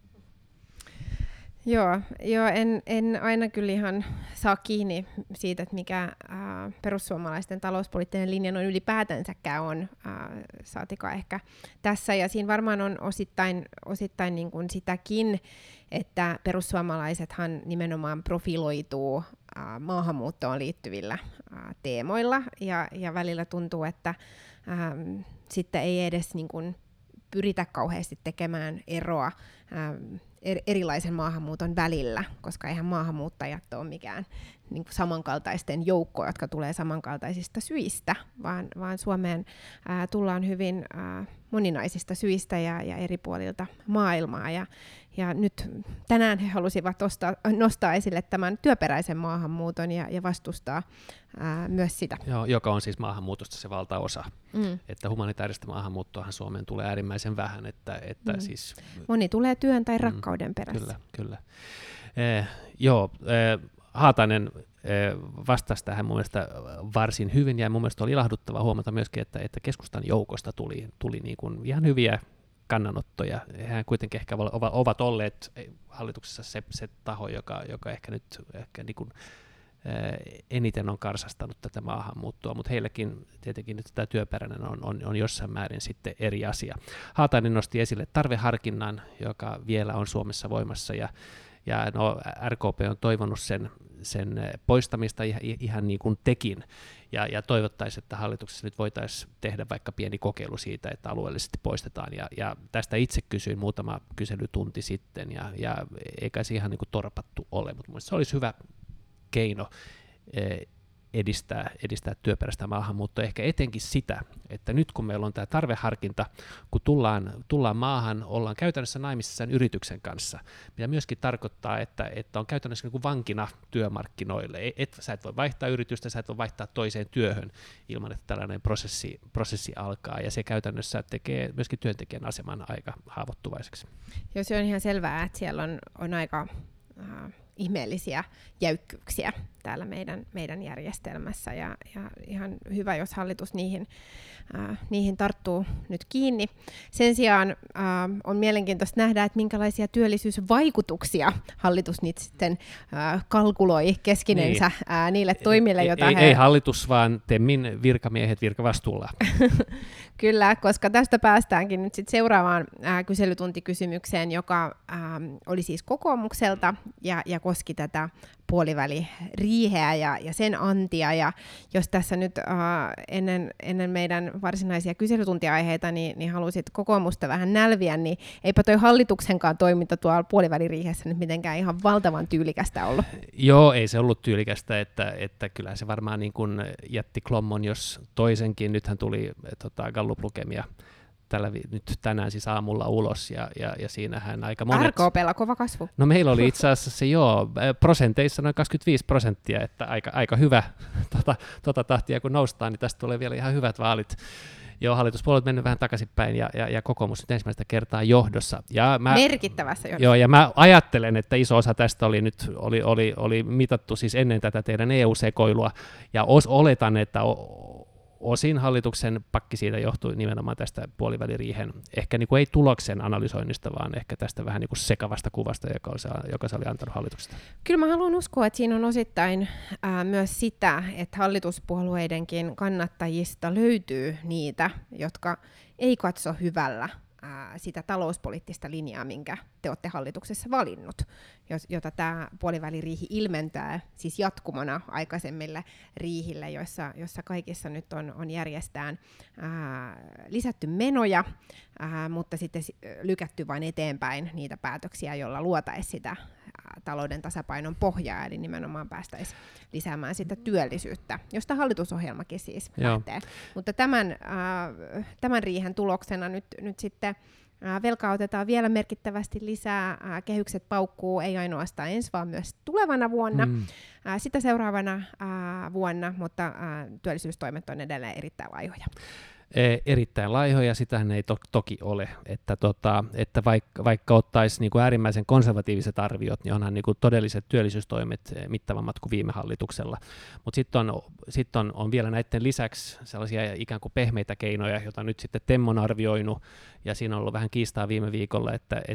Joo, en aina kyllä ihan saa kiinni siitä, että mikä perussuomalaisten talouspoliittinen linja noin ylipäätänsäkään on, saatikaan ehkä tässä. Ja siinä varmaan on osittain niin kuin sitäkin, että perussuomalaisethan nimenomaan profiloituu maahanmuuttoon liittyvillä teemoilla, ja välillä tuntuu, että sitten ei edes niin kuin pyritä kauheasti tekemään eroa erilaisen maahanmuuton välillä, koska eihän maahanmuuttajat ole mikään niin kuin samankaltaisten joukko, jotka tulee samankaltaisista syistä, vaan Suomeen tullaan hyvin moninaisista syistä ja eri puolilta maailmaa. Ja nyt tänään he halusivat nostaa esille tämän työperäisen maahanmuuton ja vastustaa myös sitä. Joo, joka on siis maahanmuutosta se valtaosa. Että humanitaarista maahanmuuttoahan Suomeen tulee äärimmäisen vähän. Että siis, moni tulee työn tai rakkauden perässä. Kyllä. Haatainen vastasi tähän mun mielestä varsin hyvin, ja mun mielestä oli ilahduttava huomata myöskin, että keskustan joukosta tuli niin kuin ihan hyviä kannanottoja. Hehän kuitenkin ehkä ovat olleet hallituksessa se taho, joka ehkä nyt niin kuin eniten on karsastanut tätä maahanmuuttoa, mutta heilläkin tietenkin nyt tämä työperäinen on jossain määrin sitten eri asia. Haatainen nosti esille tarveharkinnan, joka vielä on Suomessa voimassa, ja RKP on toivonut sen poistamista ihan niin kuin tekin, ja toivottaisiin, että hallituksessa nyt voitaisiin tehdä vaikka pieni kokeilu siitä, että alueellisesti poistetaan, ja tästä itse kysyin muutama kyselytunti sitten, ja eikä se ihan niin kuin torpattu ole, mutta mielestäni se olisi hyvä keino edistää työperäistä maahanmuuttoa, ehkä etenkin sitä, että nyt kun meillä on tämä tarveharkinta, kun tullaan maahan, ollaan käytännössä naimisissa sen yrityksen kanssa, mitä myöskin tarkoittaa, että on käytännössä niin kuin vankina työmarkkinoille. Sä et voi vaihtaa yritystä, sä et voi vaihtaa toiseen työhön ilman, että tällainen prosessi alkaa, ja se käytännössä tekee myöskin työntekijän aseman aika haavoittuvaiseksi. Joo, se on ihan selvää, että siellä on aika ihmeellisiä jäykkyyksiä täällä meidän järjestelmässä, ja ihan hyvä, jos hallitus niihin tarttuu nyt kiinni. Sen sijaan on mielenkiintoista nähdä, että minkälaisia työllisyysvaikutuksia hallitus nyt sitten kalkuloi keskinensä niille toimille, joita ei hallitus, vaan TEMin virkamiehet virkavastuulla. Kyllä, koska tästä päästäänkin nyt sitten seuraavaan kyselytuntikysymykseen, joka oli siis kokoomukselta ja koski tätä puoliväliriiheä ja sen antia, ja jos tässä nyt ennen meidän varsinaisia kyselytuntiaiheita niin halusit kokoomusta vähän nälviä, niin eipä toi hallituksenkaan toiminta tuolla puoliväliriihessä nyt mitenkään ihan valtavan tyylikästä ollut. Joo, ei se ollut tyylikästä, että kyllähän se varmaan niin kuin jätti klommon, jos toisenkin. Nythän tuli Gallup-lukemia nyt tänään siis aamulla ulos, ja siinähän aika monet... RKP:llä kova kasvu. No meillä oli itse asiassa prosenteissa noin 25%, että aika hyvä tahtia kun noustaan, niin tästä tulee vielä ihan hyvät vaalit. Joo, hallituspuolueet mennyt vähän takaisinpäin, ja kokoomus nyt ensimmäistä kertaa johdossa. Merkittävässä johdossa. Joo, ja mä ajattelen, että iso osa tästä oli mitattu siis ennen tätä teidän EU-sekoilua, ja oletan, että osin hallituksen pakki siitä johtui nimenomaan tästä puoliväliriihen, ehkä niin kuin ei tuloksen analysoinnista, vaan ehkä tästä vähän niin kuin sekavasta kuvasta, joka se oli antanut hallituksesta. Kyllä mä haluan uskoa, että siinä on osittain myös sitä, että hallituspuolueidenkin kannattajista löytyy niitä, jotka ei katso hyvällä sitä talouspoliittista linjaa, minkä te olette hallituksessa valinnut, jota tämä puoliväliriihi ilmentää siis jatkumona aikaisemmille riihille, joissa kaikissa nyt on järjestään lisätty menoja, mutta sitten lykätty vain eteenpäin niitä päätöksiä, joilla luotaisiin sitä talouden tasapainon pohjaa, eli nimenomaan päästäisiin lisäämään sitä työllisyyttä, josta hallitusohjelmakin siis lähtee. Mutta tämän riihen tuloksena nyt sitten velkaa otetaan vielä merkittävästi lisää, kehykset paukkuu ei ainoastaan ensi, vaan myös tulevana vuonna, sitä seuraavana vuonna, mutta työllisyystoimet on edelleen erittäin laihoja. Erittäin laihoja, sitähän ei toki ole, että vaikka ottaisi niin kuin äärimmäisen konservatiiviset arviot, niin onhan niin kuin todelliset työllisyystoimet mittavammat kuin viime hallituksella. Mutta sitten on vielä näiden lisäksi sellaisia ikään kuin pehmeitä keinoja, joita nyt sitten TEM on arvioinut, ja siinä on ollut vähän kiistaa viime viikolla,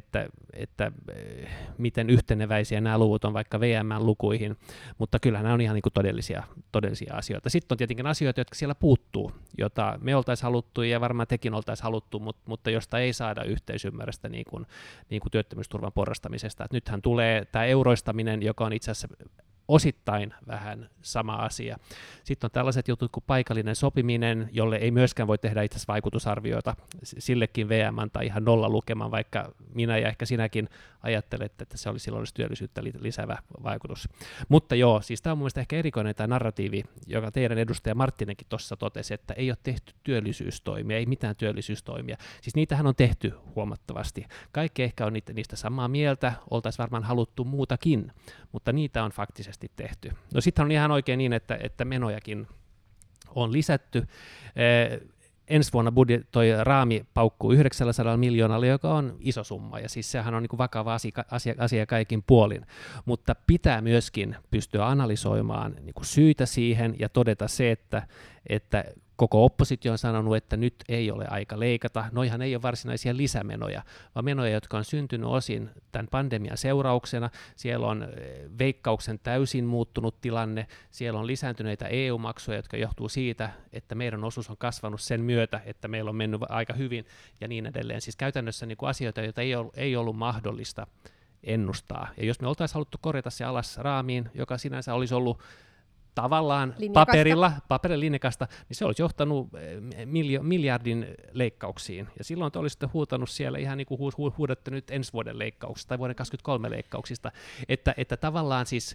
että miten yhteneväisiä nämä luvut on vaikka VM:n-lukuihin, mutta kyllähän nämä on ihan niin kuin todellisia asioita. Sitten on tietenkin asioita, jotka siellä puuttuu, jota me oltaisiin haluttu ja varmaan tekin oltaisiin haluttu, mutta josta ei saada yhteisymmärrystä niin kuin työttömyysturvan porrastamisesta. Et nythän tulee tämä euroistaminen, joka on itse asiassa osittain vähän sama asia. Sitten on tällaiset jutut kuin paikallinen sopiminen, jolle ei myöskään voi tehdä itse asiassa vaikutusarvioita. Sillekin VM antaa ihan nolla lukeman, vaikka minä ja ehkä sinäkin ajattelet, että se olisi työllisyyttä lisäävä vaikutus. Mutta joo, siis tämä on mun mielestä ehkä erikoinen tämä narratiivi, joka teidän edustaja Marttinenkin tuossa totesi, että ei ole tehty työllisyystoimia, ei mitään työllisyystoimia. Siis niitähän on tehty huomattavasti. Kaikki ehkä on niistä samaa mieltä, oltaisiin varmaan haluttu muutakin, mutta niitä on faktisesti tehty. No sitten on ihan oikein niin, että menojakin on lisätty. Ensi vuonna toi raami paukkuu 900 miljoonalla, joka on iso summa, ja siis sehän on niin kuin vakava asia kaikin puolin. Mutta pitää myöskin pystyä analysoimaan niin kuin syitä siihen ja todeta se, että koko oppositio on sanonut, että nyt ei ole aika leikata. Noihan ei ole varsinaisia lisämenoja, vaan menoja, jotka on syntynyt osin tämän pandemian seurauksena. Siellä on Veikkauksen täysin muuttunut tilanne, siellä on lisääntyneitä EU-maksuja, jotka johtuu siitä, että meidän osuus on kasvanut sen myötä, että meillä on mennyt aika hyvin ja niin edelleen. Siis käytännössä niin kuin asioita, joita ei ollut mahdollista ennustaa. Ja jos me oltaisiin haluttu korjata se alas raamiin, joka sinänsä olisi ollut tavallaan paperin linjakasta, niin se olisi johtanut miljardin leikkauksiin. Ja silloin te olisitte huutanut siellä ihan niin kuin huudatte nyt ensi vuoden leikkauksista tai vuoden 2023 leikkauksista, että tavallaan siis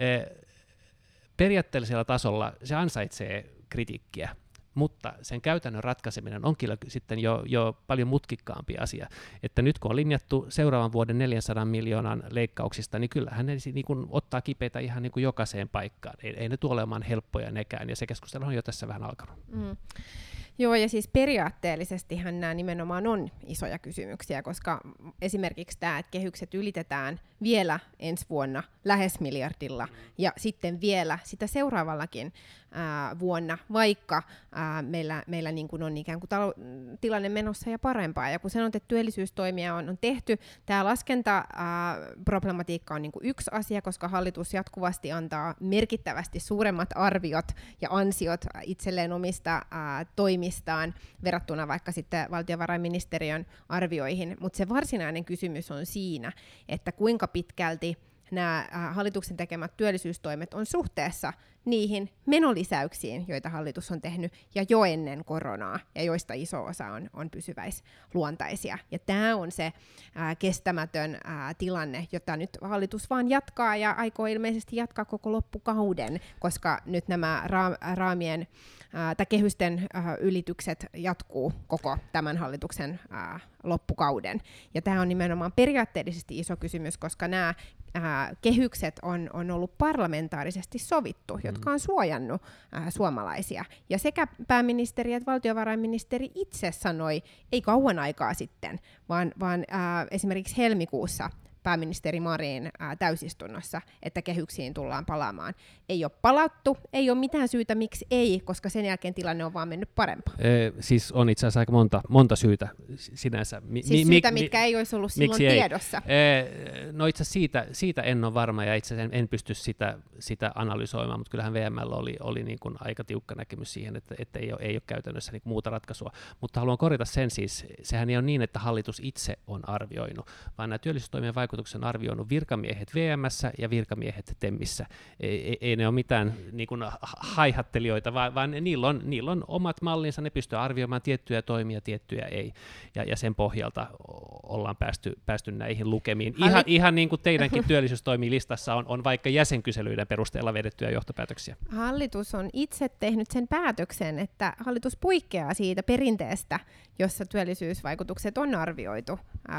periaatteellisella tasolla se ansaitsee kritiikkiä, mutta sen käytännön ratkaiseminen on kyllä sitten jo paljon mutkikkaampi asia. Että nyt kun on linjattu seuraavan vuoden 400 miljoonan leikkauksista, niin kyllähän ne niin kuin ottaa kipeitä ihan niin kuin jokaiseen paikkaan. Ei ne tule olemaan helppoja nekään, ja se keskustelu on jo tässä vähän alkanut. Joo, ja siis periaatteellisestihan nämä nimenomaan on isoja kysymyksiä, koska esimerkiksi tämä, että kehykset ylitetään vielä ensi vuonna lähes miljardilla, ja sitten vielä sitä seuraavallakin vuonna, vaikka meillä niin kuin on ikään kuin tilanne menossa ja parempaa. Ja kun sanot, että työllisyystoimia on tehty, tämä laskentaproblematiikka on niin kuin yksi asia, koska hallitus jatkuvasti antaa merkittävästi suuremmat arviot ja ansiot itselleen omista toimistaan verrattuna vaikka sitten valtiovarainministeriön arvioihin. Mutta se varsinainen kysymys on siinä, että kuinka pitkälti nämä hallituksen tekemät työllisyystoimet on suhteessa niihin menolisäyksiin, joita hallitus on tehnyt ja jo ennen koronaa, ja joista iso osa on pysyväisluontaisia. Ja tämä on se kestämätön tilanne, jota nyt hallitus vaan jatkaa ja aikoo ilmeisesti jatkaa koko loppukauden, koska nyt nämä raamien tai kehysten ylitykset jatkuu koko tämän hallituksen loppukauden. Ja tämä on nimenomaan periaatteellisesti iso kysymys, koska nämä kehykset on ollut parlamentaarisesti sovittu, jotka on suojannut suomalaisia. Ja sekä pääministeri että valtiovarainministeri itse sanoi, ei kauan aikaa sitten, vaan esimerkiksi helmikuussa pääministeri Marin täysistunnossa, että kehyksiin tullaan palaamaan. Ei ole palattu, ei ole mitään syytä, miksi ei, koska sen jälkeen tilanne on vaan mennyt parempaan. Siis on itse asiassa aika monta syytä sinänsä. Syytä, mitkä ei olisi ollut silloin tiedossa. No itse asiassa siitä en ole varma, ja itse asiassa en pysty sitä analysoimaan, mutta kyllähän VM:llä oli niin kuin aika tiukka näkemys siihen, että ei ole käytännössä niin muuta ratkaisua. Mutta haluan korjata sen siis, sehän ei ole niin, että hallitus itse on arvioinut, vaan nämä työllisyystoimien vaikutuksen on arvioinut virkamiehet VM:ssä ja virkamiehet TEMissä. Ei ne ole mitään niin kuin haihattelijoita, vaan niillä on omat mallinsa, ne pystyy arvioimaan tiettyjä toimia, tiettyjä ei. Ja sen pohjalta ollaan päästy näihin lukemiin. Ihan niin kuin teidänkin työllisyystoimilistassa on vaikka jäsenkyselyiden perusteella vedettyjä johtopäätöksiä. Hallitus on itse tehnyt sen päätöksen, että hallitus poikkeaa siitä perinteestä, jossa työllisyysvaikutukset on arvioitu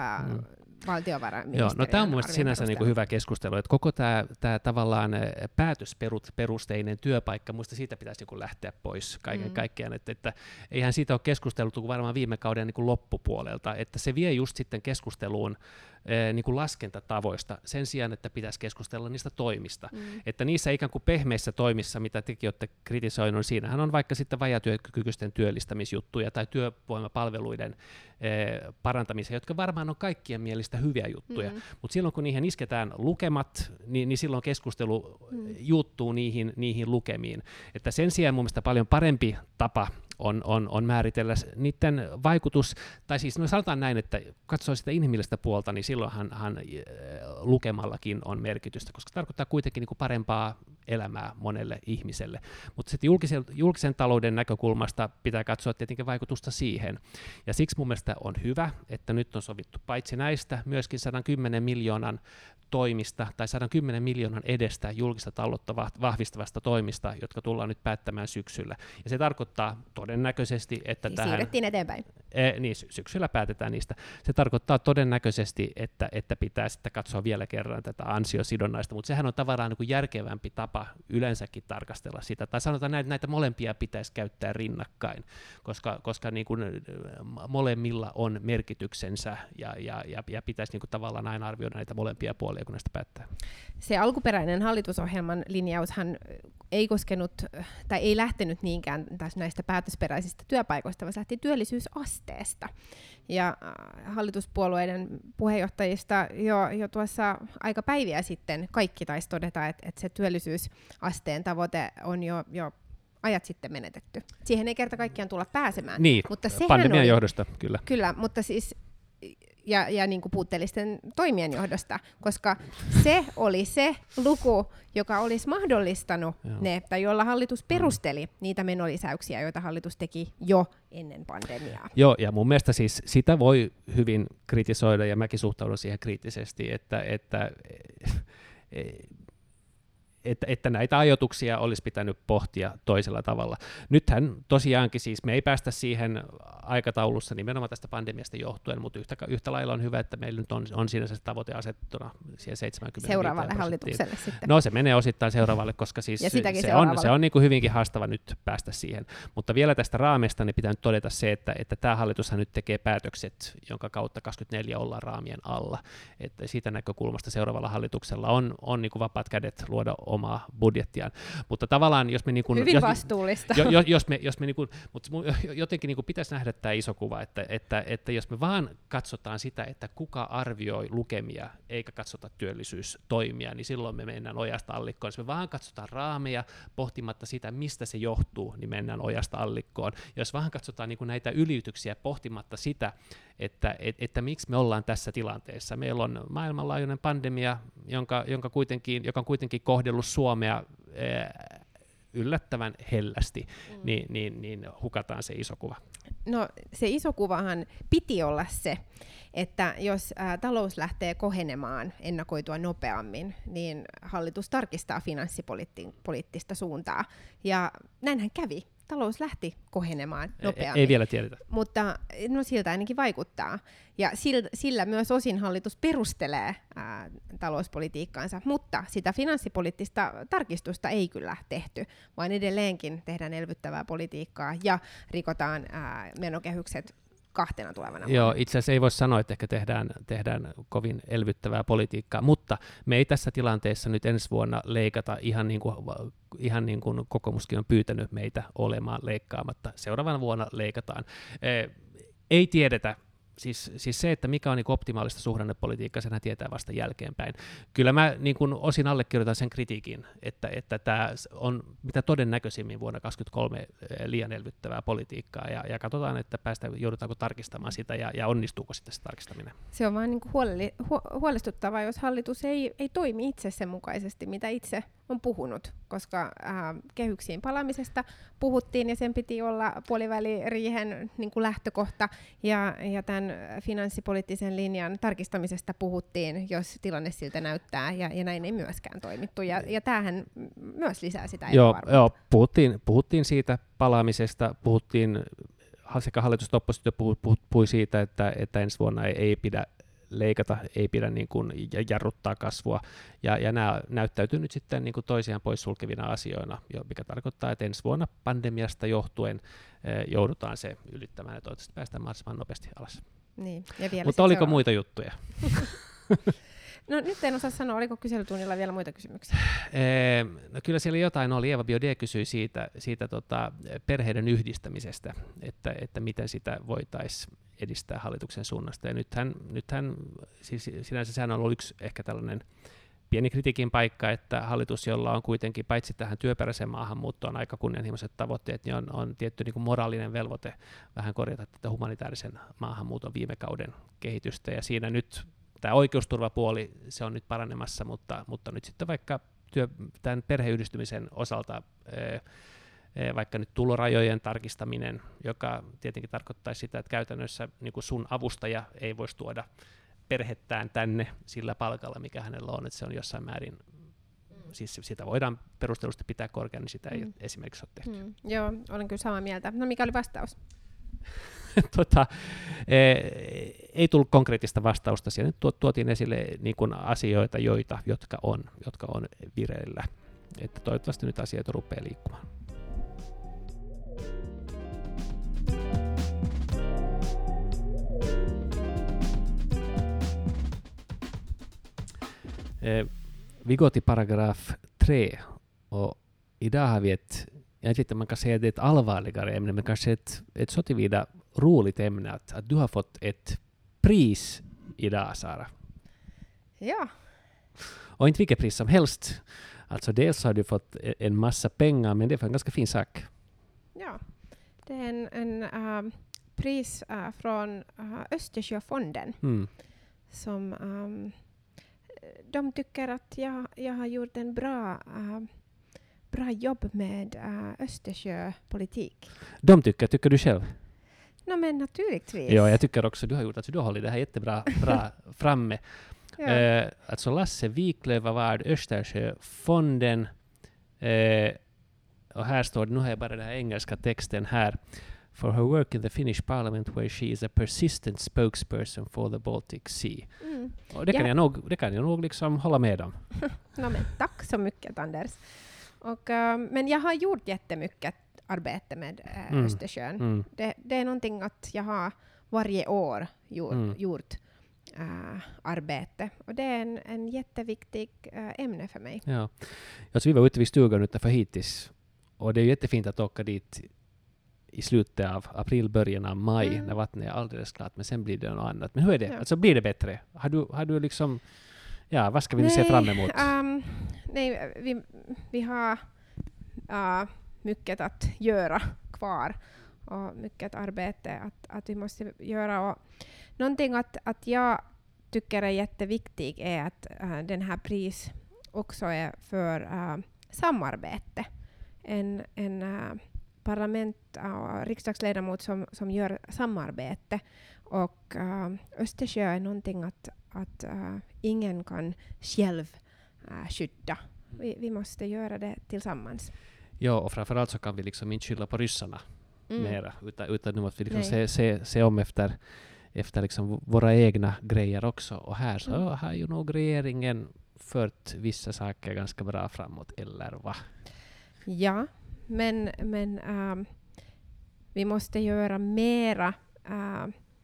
valtiovarainministeriön. No tämä on mielestäni sinänsä niin kuin hyvä keskustelu, että koko tämä tavallaan päätösperusteinen työpaikka, minusta siitä pitäisi niin kuin lähteä pois kaiken kaikkiaan, että eihän siitä ole keskusteltu kuin varmaan viime kauden niin kuin loppupuolelta, että se vie just sitten keskusteluun niin kuin laskentatavoista sen sijaan, että pitäisi keskustella niistä toimista. Että niissä ikään kuin pehmeissä toimissa, mitä tekin olette kritisoinut, niin siinähän on vaikka sitten vajaatyökykyisten työllistämisjuttuja tai työvoimapalveluiden parantamisia, jotka varmaan on kaikkien mielestä hyviä juttuja. Mutta silloin, kun niihin isketään lukemat, niin silloin keskustelu juuttuu niihin lukemiin. Että sen sijaan mun mielestä paljon parempi tapa on määritellä niiden vaikutus, tai siis no sanotaan näin, että katsoo sitä inhimillistä puolta, niin silloinhan lukemallakin on merkitystä, koska se tarkoittaa kuitenkin niin kuin parempaa elämää monelle ihmiselle. Mutta sitten julkisen talouden näkökulmasta pitää katsoa tietenkin vaikutusta siihen. Ja siksi mun mielestä on hyvä, että nyt on sovittu paitsi näistä myöskin 110 miljoonan toimista tai 110 miljoonan edestä julkista taloutta vahvistavasta toimista, jotka tullaan nyt päättämään syksyllä. Ja se tarkoittaa todennäköisesti, että niin siirrettiin eteenpäin. Niin, syksyllä päätetään niistä. Se tarkoittaa todennäköisesti, että pitää sitten katsoa vielä kerran tätä ansiosidonnaista, mutta sehän on tavallaan niin kuin järkevämpi tapa yleensäkin tarkastella sitä. Tai sanotaan näin, että näitä molempia pitäisi käyttää rinnakkain, koska niin kuin molemmilla on merkityksensä ja pitäisi niin kuin tavallaan aina arvioida näitä molempia puolia, kun näistä päättää. Se alkuperäinen hallitusohjelman linjaushan ei koskenut tai ei lähtenyt niinkään näistä päätösperäisistä työpaikoista, vaan se lähti työllisyysasteesta. Ja hallituspuolueiden puheenjohtajista jo tuossa aika päiviä sitten kaikki taisi todeta, että se työllisyysasteen tavoite on jo ajat sitten menetetty. Siihen ei kerta kaikkiaan tulla pääsemään. Niin, mutta pandemian johdosta kyllä. Kyllä, mutta siis ja niin kuin puutteellisten toimien johdosta, koska se oli se luku, joka olisi mahdollistanut ne, tai jolla hallitus perusteli niitä menolisäyksiä, joita hallitus teki jo ennen pandemiaa. Joo, ja mun mielestä siis sitä voi hyvin kritisoida, ja mäkin suhtaudun siihen kriittisesti, että näitä ajoituksia olisi pitänyt pohtia toisella tavalla. Nythän tosiaankin siis me ei päästä siihen aikataulussa nimenomaan tästä pandemiasta johtuen, mutta yhtä lailla on hyvä, että meillä nyt on siinä se tavoite asettuna siihen 70%. Seuraavalle hallitukselle sitten. No se menee osittain seuraavalle, koska siis se on niin kuin hyvinkin haastava nyt päästä siihen. Mutta vielä tästä raamesta niin pitää nyt todeta se, että tämä hallitushan nyt tekee päätökset, jonka kautta 24 ollaan raamien alla. Että siitä näkökulmasta seuraavalla hallituksella on niin kuin vapaat kädet luoda omaa budjettiaan, mutta tavallaan jos me niin kuin, hyvin vastuullista. Jos me niin kuin, mutta jotenkin niin kuin pitäisi nähdä tämä iso kuva, että jos me vaan katsotaan sitä, että kuka arvioi lukemia eikä katsota työllisyystoimia, niin silloin me mennään ojasta allikkoon. Jos me vaan katsotaan raameja pohtimatta sitä, mistä se johtuu, niin mennään ojasta allikkoon. Jos vaan katsotaan niin kuin näitä yliytyksiä pohtimatta sitä, että miksi me ollaan tässä tilanteessa. Meillä on maailmanlaajuinen pandemia, joka on kuitenkin kohdellut Suomea yllättävän hellästi, niin hukataan se iso kuva. No se iso kuvahan piti olla se, että jos talous lähtee kohenemaan ennakoitua nopeammin, niin hallitus tarkistaa finanssipoliittista suuntaa. Ja näinhän kävi. Talous lähti kohenemaan nopeammin. Ei vielä tiedetä. Mutta no siltä ainakin vaikuttaa. Ja sillä myös osin hallitus perustelee talouspolitiikkaansa, mutta sitä finanssipoliittista tarkistusta ei kyllä tehty, vaan edelleenkin tehdään elvyttävää politiikkaa ja rikotaan menokehykset kahtena tulevana Joo, vuonna. itse asiassa ei voi sanoa, että ehkä tehdään kovin elvyttävää politiikkaa, mutta me ei tässä tilanteessa nyt ensi vuonna leikata ihan niin kuin kokoomuskin on pyytänyt meitä olemaan leikkaamatta. Seuraavana vuonna leikataan. Ei tiedetä. Siis se, että mikä on niin optimaalista suhdannepolitiikkaa, senhän tietää vasta jälkeenpäin. Kyllä mä niin kuin osin allekirjoitan sen kritiikin, että tämä on mitä todennäköisimmin vuonna 2023 liian elvyttävää politiikkaa, ja katsotaan, että joudutaanko tarkistamaan sitä, ja onnistuuko sitten se tarkistaminen. Se on vaan niin kuin huolestuttavaa, jos hallitus ei toimi itse sen mukaisesti, mitä itse on puhunut, koska kehyksiin palaamisesta puhuttiin, ja sen piti olla puoliväliriihen niin kuin lähtökohta, ja tämän finanssipoliittisen linjan tarkistamisesta puhuttiin, jos tilanne siltä näyttää, ja näin ei myöskään toimittu, ja tämähän myös lisää sitä epävarmuutta. Joo, puhuttiin siitä palaamisesta, sekä hallitus että oppositio puhui siitä, että ensi vuonna ei pidä leikata, ei pidä niin kuin jarruttaa kasvua, ja nämä näyttäytyy nyt sitten niin kuin toisiaan poissulkevina asioina, mikä tarkoittaa, että ensi vuonna pandemiasta johtuen joudutaan se ylittämään, ja toivottavasti päästään mahdollisimman nopeasti alas. Niin, ja vielä mutta oliko muita juttuja? No nyt en osaa sanoa, oliko kyselytunnilla vielä muita kysymyksiä? No kyllä siellä jotain oli. Eva Biaudet kysyi siitä perheiden yhdistämisestä, että miten sitä voitaisiin edistää hallituksen suunnasta. Ja nythän siis sinänsä sehän on ollut yksi ehkä tällainen pieni kritiikin paikka, että hallitus, jolla on kuitenkin paitsi tähän työperäiseen maahanmuuttoon aika kunnianhimoiset tavoitteet, niin on tietty niin kuin moraalinen velvoite vähän korjata tätä humanitaarisen maahanmuuton viime kauden kehitystä, ja siinä nyt tämä oikeusturvapuoli, se on nyt paranemassa, mutta nyt sitten vaikka tämän perheyhdistymisen osalta vaikka nyt tulorajojen tarkistaminen, joka tietenkin tarkoittaisi sitä, että käytännössä niin kuin sun avustaja ei voisi tuoda perhettään tänne sillä palkalla, mikä hänellä on, että se on jossain määrin, siis sitä voidaan perustellusti pitää korkeana, niin sitä ei esimerkiksi ole tehty. Joo, olen kyllä samaa mieltä. No mikä oli vastaus? Ei tullut konkreettista vastausta. Siellä nyt tuotiin esille niin kuin asioita, jotka on vireillä. Että toivottavasti nyt asioita rupeaa liikkumaan. Vi går till paragraf 3, och idag har vi jag vet inte om man kan säga att det är ett allvarligare ämne, men kanske ett så tillvida roligt ämne att du har fått ett pris idag, Sara. Ja. Och inte vilket pris som helst. Alltså dels har du fått en massa pengar, men det är för en ganska fin sak. Ja, det är en pris från Östersjöfonden som de tycker att jag har gjort en bra jobb med Östersjöpolitik. De tycker du själv? No, men naturligtvis. Ja, jag tycker också du har hållit det här jättebra framme. Ja. Alltså Lasse Wiklöf var värd Östersjöfonden. Och här står det, nu har jag bara den här engelska texten här. For her work in the Finnish parliament where she is a persistent spokesperson for the Baltic Sea. Och det kan jag nog liksom hålla med om. No, men tack så mycket, Anders. Men jag har gjort jättemycket arbete med Östersjön. Det är någonting att jag har varje år gjort arbete. Och det är en jätteviktig ämne för mig. Ja. Alltså, vi var ute vid stugan utanför hittills. Och det är jättefint att åka dit i slutet av april, början av maj, när vattnet är alldeles klart, men sen blir det något annat. Men hur är det? Ja. Alltså, blir det bättre? Har du liksom, ja, vad ska vi nu se fram emot? Nej, vi har mycket att göra kvar och mycket arbete att vi måste göra. Och någonting att jag tycker är jätteviktigt är att den här pris också är för samarbete. En parlament och riksdagsledamot som gör samarbete, och Östersjö är någonting att ingen kan själv skydda. Vi måste göra det tillsammans. Ja, och framförallt så kan vi liksom inte skylla på ryssarna mera, utan nu måste vi liksom se om efter liksom våra egna grejer också. Och här så har ju nog regeringen fört vissa saker ganska bra framåt, eller va? Ja, men vi måste göra mera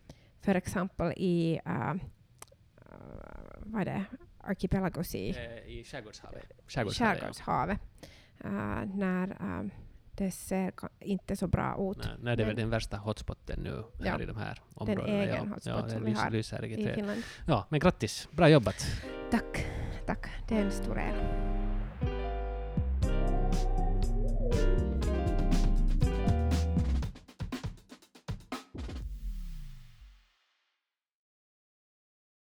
för exempel i vad är det? Archipelagos I skärgårdshavet. Skärgårdshavet. När det ser inte så bra ut. Nej, det är väl den värsta hotspoten nu här i de här områdena. Den egen hotspot som vi har i Finland. Ja, men grattis. Bra jobbat. Tack. Det är en stor ära.